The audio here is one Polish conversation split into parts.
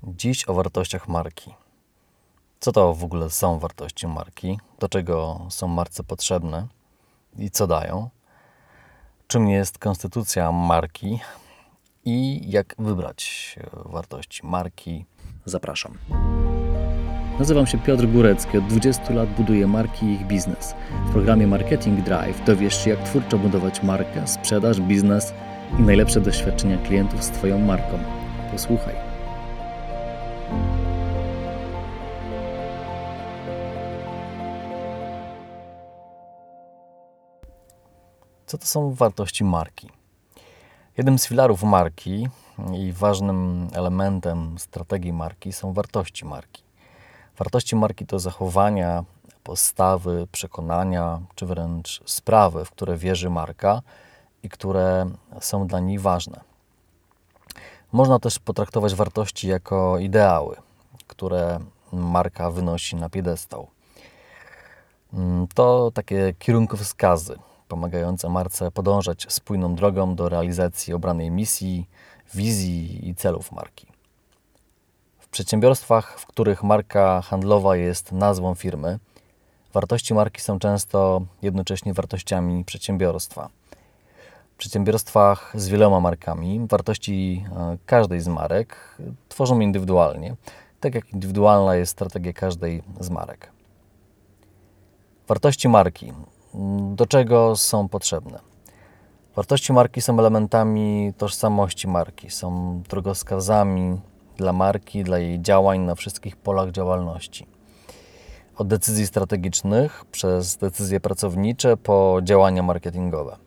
Dziś o wartościach marki. Co to w ogóle są wartości marki? Do czego są marce potrzebne i co dają? Czym jest konstytucja marki i jak wybrać wartości marki? Zapraszam. Nazywam się Piotr Górecki. Od 20 lat buduję marki i ich biznes. W programie Marketing Drive dowiesz się, jak twórczo budować markę, sprzedaż, biznes i najlepsze doświadczenia klientów z Twoją marką. Posłuchaj. Co to są wartości marki? Jednym z filarów marki i ważnym elementem strategii marki są wartości marki. Wartości marki to zachowania, postawy, przekonania, czy wręcz sprawy, w które wierzy marka i które są dla niej ważne. Można też potraktować wartości jako ideały, które marka wynosi na piedestał. To takie kierunkowskazy pomagające marce podążać spójną drogą do realizacji obranej misji, wizji i celów marki. W przedsiębiorstwach, w których marka handlowa jest nazwą firmy, wartości marki są często jednocześnie wartościami przedsiębiorstwa. W przedsiębiorstwach z wieloma markami wartości każdej z marek tworzą indywidualnie, tak jak indywidualna jest strategia każdej z marek. Wartości marki. Do czego są potrzebne? Wartości marki są elementami tożsamości marki, są drogowskazami dla marki, dla jej działań na wszystkich polach działalności. Od decyzji strategicznych, przez decyzje pracownicze, po działania marketingowe.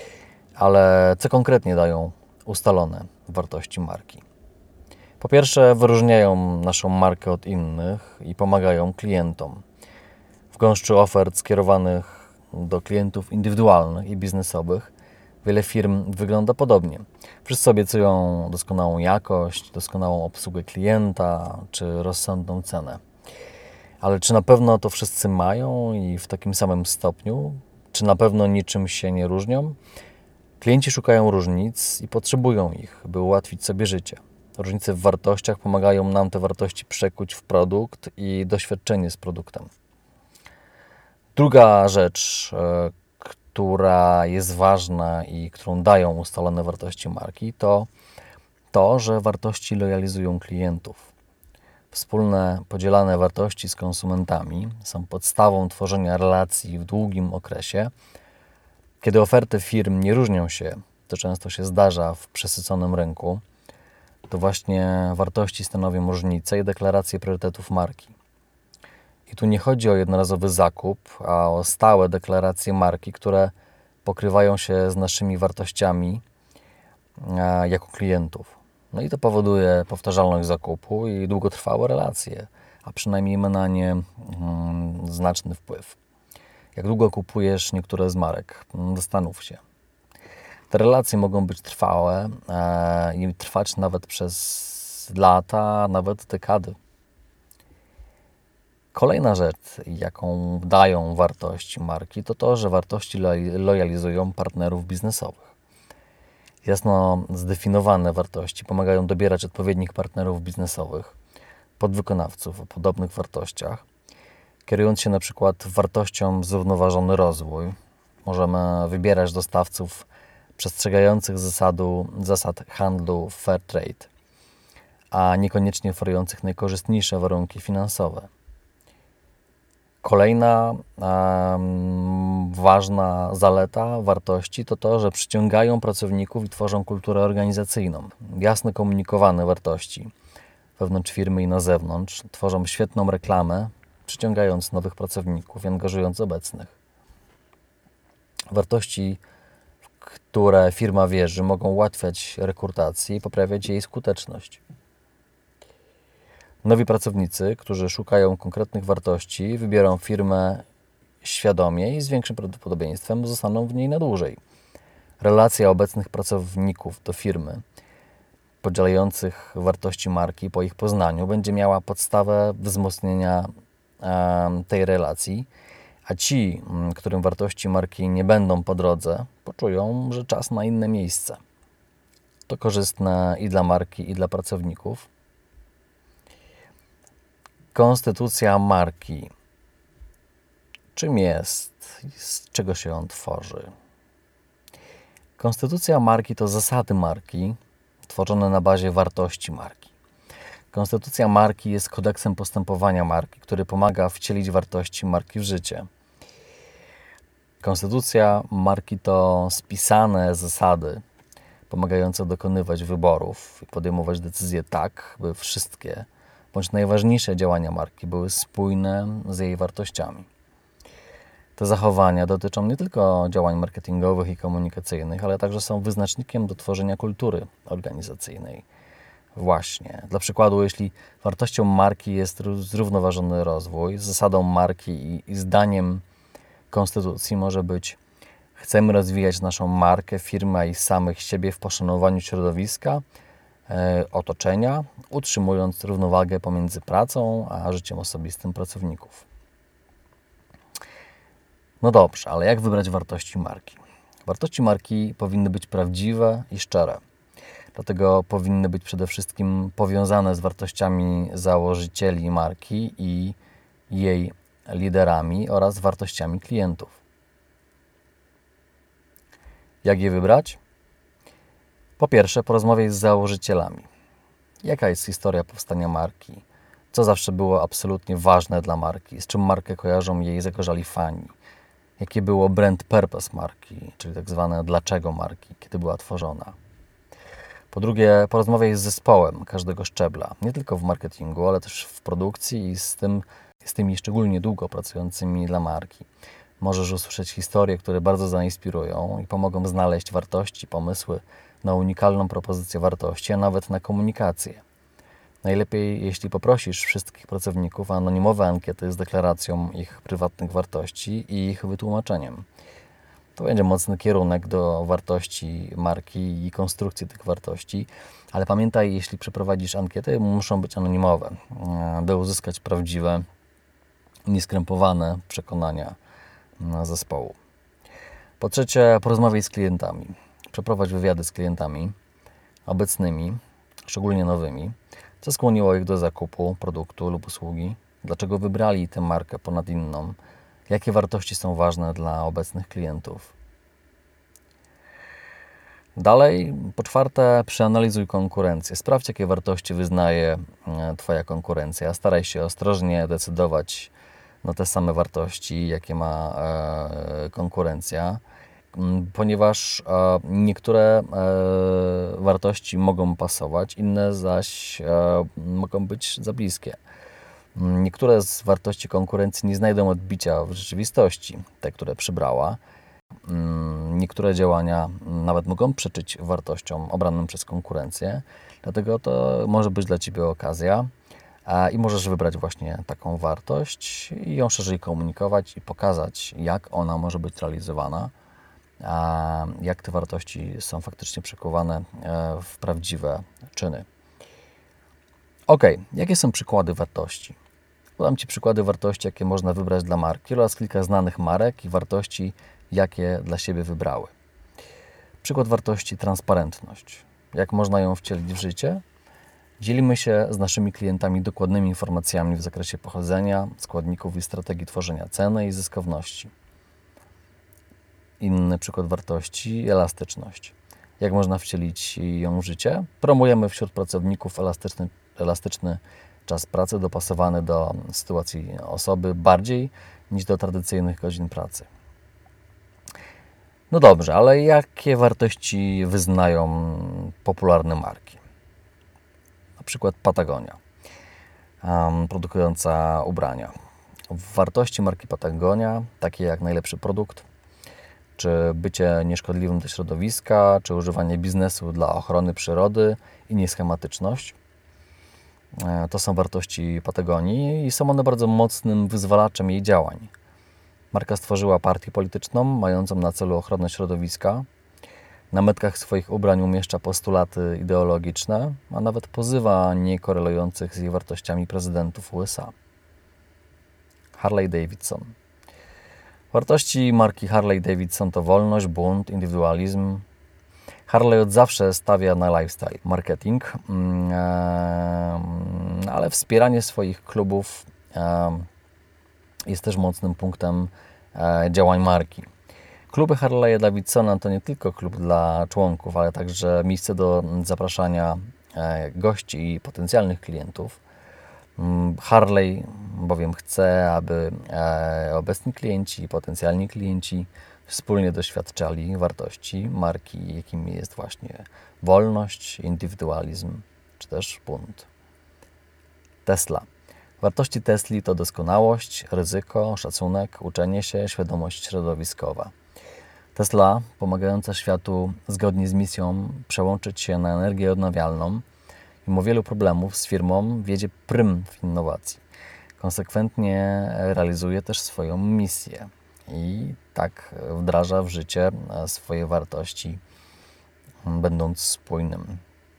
Ale co konkretnie dają ustalone wartości marki? Po pierwsze, wyróżniają naszą markę od innych i pomagają klientom. W gąszczu ofert skierowanych do klientów indywidualnych i biznesowych wiele firm wygląda podobnie. Wszyscy obiecują doskonałą jakość, doskonałą obsługę klienta czy rozsądną cenę. Ale czy na pewno to wszyscy mają i w takim samym stopniu? Czy na pewno niczym się nie różnią? Klienci szukają różnic i potrzebują ich, by ułatwić sobie życie. Różnice w wartościach pomagają nam te wartości przekuć w produkt i doświadczenie z produktem. Druga rzecz, która jest ważna i którą dają ustalone wartości marki, to, że wartości lojalizują klientów. Wspólne, podzielane wartości z konsumentami są podstawą tworzenia relacji w długim okresie. Kiedy oferty firm nie różnią się, to często się zdarza w przesyconym rynku, to właśnie wartości stanowią różnicę i deklarację priorytetów marki. I tu nie chodzi o jednorazowy zakup, a o stałe deklaracje marki, które pokrywają się z naszymi wartościami jako klientów. No i to powoduje powtarzalność zakupu i długotrwałe relacje, a przynajmniej ma na nie znaczny wpływ. Jak długo kupujesz niektóre z marek? Zastanów się. Te relacje mogą być trwałe i trwać nawet przez lata, nawet dekady. Kolejna rzecz, jaką dają wartości marki, to to, że wartości lojalizują partnerów biznesowych. Jasno zdefiniowane wartości pomagają dobierać odpowiednich partnerów biznesowych, podwykonawców o podobnych wartościach. Kierując się na przykład wartością zrównoważony rozwój, możemy wybierać dostawców przestrzegających zasad handlu fair trade, a niekoniecznie oferujących najkorzystniejsze warunki finansowe. Kolejna ważna zaleta wartości to to, że przyciągają pracowników i tworzą kulturę organizacyjną. Jasno komunikowane wartości wewnątrz firmy i na zewnątrz tworzą świetną reklamę, przyciągając nowych pracowników i angażując obecnych. Wartości, w które firma wierzy, mogą ułatwiać rekrutację i poprawiać jej skuteczność. Nowi pracownicy, którzy szukają konkretnych wartości, wybiorą firmę świadomie i z większym prawdopodobieństwem zostaną w niej na dłużej. Relacja obecnych pracowników do firmy, podzielających wartości marki po ich poznaniu, będzie miała podstawę wzmocnienia tej relacji, a ci, którym wartości marki nie będą po drodze, poczują, że czas na inne miejsce. To korzystne i dla marki, i dla pracowników. Konstytucja marki. Czym jest? Z czego się on tworzy? Konstytucja marki to zasady marki tworzone na bazie wartości marki. Konstytucja marki jest kodeksem postępowania marki, który pomaga wcielić wartości marki w życie. Konstytucja marki to spisane zasady pomagające dokonywać wyborów i podejmować decyzje tak, by wszystkie bądź najważniejsze działania marki były spójne z jej wartościami. Te zachowania dotyczą nie tylko działań marketingowych i komunikacyjnych, ale także są wyznacznikiem do tworzenia kultury organizacyjnej. Właśnie. Dla przykładu, jeśli wartością marki jest zrównoważony rozwój, zasadą marki i zdaniem konstytucji może być: chcemy rozwijać naszą markę, firmę i samych siebie w poszanowaniu środowiska, otoczenia, utrzymując równowagę pomiędzy pracą a życiem osobistym pracowników. No dobrze, ale jak wybrać wartości marki? Wartości marki powinny być prawdziwe i szczere. Dlatego powinny być przede wszystkim powiązane z wartościami założycieli marki i jej liderami oraz wartościami klientów. Jak je wybrać? Po pierwsze, porozmawiaj z założycielami. Jaka jest historia powstania marki? Co zawsze było absolutnie ważne dla marki? Z czym markę kojarzą jej zagorzali fani? Jakie było brand purpose marki, czyli tak zwane dlaczego marki, kiedy była tworzona? Po drugie, porozmawiaj z zespołem każdego szczebla, nie tylko w marketingu, ale też w produkcji i z tymi szczególnie długo pracującymi dla marki. Możesz usłyszeć historie, które bardzo zainspirują i pomogą znaleźć wartości, pomysły na unikalną propozycję wartości, a nawet na komunikację. Najlepiej, jeśli poprosisz wszystkich pracowników o anonimowe ankiety z deklaracją ich prywatnych wartości i ich wytłumaczeniem. To będzie mocny kierunek do wartości marki i konstrukcji tych wartości, ale pamiętaj, jeśli przeprowadzisz ankiety, muszą być anonimowe, by uzyskać prawdziwe, nieskrępowane przekonania zespołu. Po trzecie, porozmawiaj z klientami. Przeprowadź wywiady z klientami obecnymi, szczególnie nowymi. Co skłoniło ich do zakupu produktu lub usługi? Dlaczego wybrali tę markę ponad inną? Jakie wartości są ważne dla obecnych klientów? Dalej, po czwarte, przeanalizuj konkurencję. Sprawdź, jakie wartości wyznaje Twoja konkurencja. Staraj się ostrożnie decydować na te same wartości, jakie ma konkurencja, ponieważ niektóre wartości mogą pasować, inne zaś mogą być za bliskie. Niektóre z wartości konkurencji nie znajdą odbicia w rzeczywistości, te, które przybrała. Niektóre działania nawet mogą przeczyć wartościom obranym przez konkurencję, dlatego to może być dla Ciebie okazja i możesz wybrać właśnie taką wartość i ją szerzej komunikować i pokazać, jak ona może być realizowana, jak te wartości są faktycznie przekuwane w prawdziwe czyny. Ok, jakie są przykłady wartości? Podam Ci przykłady wartości, jakie można wybrać dla marki oraz kilka znanych marek i wartości, jakie dla siebie wybrały. Przykład wartości transparentność. Jak można ją wcielić w życie? Dzielimy się z naszymi klientami dokładnymi informacjami w zakresie pochodzenia, składników i strategii tworzenia ceny i zyskowności. Inny przykład wartości – elastyczność. Jak można wcielić ją w życie? Promujemy wśród pracowników elastyczny czas pracy dopasowany do sytuacji osoby bardziej niż do tradycyjnych godzin pracy. No dobrze, ale jakie wartości wyznają popularne marki? Na przykład Patagonia, produkująca ubrania. Wartości marki Patagonia, takie jak najlepszy produkt, czy bycie nieszkodliwym dla środowiska, czy używanie biznesu dla ochrony przyrody i nieschematyczność. To są wartości Patagonii i są one bardzo mocnym wyzwalaczem jej działań. Marka stworzyła partię polityczną mającą na celu ochronę środowiska. Na metkach swoich ubrań umieszcza postulaty ideologiczne, a nawet pozywa niekorelujących z jej wartościami prezydentów USA. Harley Davidson. Wartości marki Harley Davidson to wolność, bunt, indywidualizm. Harley od zawsze stawia na lifestyle marketing, ale wspieranie swoich klubów jest też mocnym punktem działań marki. Kluby Harley'a Davidsona to nie tylko klub dla członków, ale także miejsce do zapraszania gości i potencjalnych klientów. Harley bowiem chce, aby obecni klienci i potencjalni klienci wspólnie doświadczali wartości marki, jakimi jest właśnie wolność, indywidualizm czy też bunt. Tesla. Wartości Tesli to doskonałość, ryzyko, szacunek, uczenie się, świadomość środowiskowa. Tesla, pomagająca światu zgodnie z misją przełączyć się na energię odnawialną, mimo wielu problemów z firmą wiedzie prym w innowacji. Konsekwentnie realizuje też swoją misję i tak wdraża w życie swoje wartości, będąc spójnym.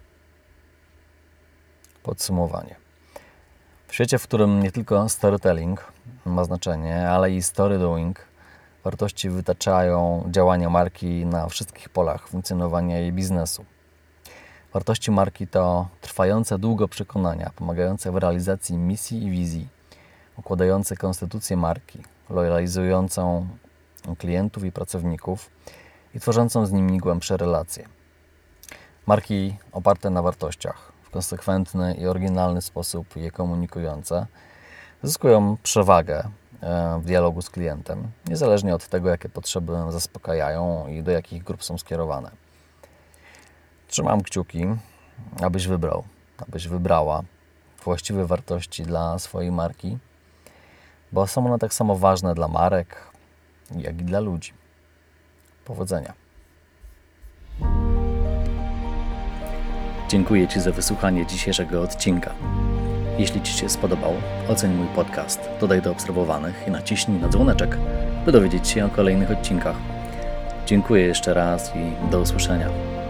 Podsumowanie. W świecie, w którym nie tylko storytelling ma znaczenie, ale i story doing, wartości wytaczają działania marki na wszystkich polach funkcjonowania jej biznesu. Wartości marki to trwające długo przekonania, pomagające w realizacji misji i wizji, układające konstytucję marki, lojalizującą klientów i pracowników i tworzącą z nimi głębsze relacje. Marki oparte na wartościach, w konsekwentny i oryginalny sposób je komunikujące, zyskują przewagę w dialogu z klientem, niezależnie od tego, jakie potrzeby zaspokajają i do jakich grup są skierowane. Trzymam kciuki, abyś wybrała właściwe wartości dla swojej marki, bo są one tak samo ważne dla marek, jak i dla ludzi. Powodzenia. Dziękuję Ci za wysłuchanie dzisiejszego odcinka. Jeśli Ci się spodobał, oceń mój podcast, dodaj do obserwowanych i naciśnij na dzwoneczek, by dowiedzieć się o kolejnych odcinkach. Dziękuję jeszcze raz i do usłyszenia.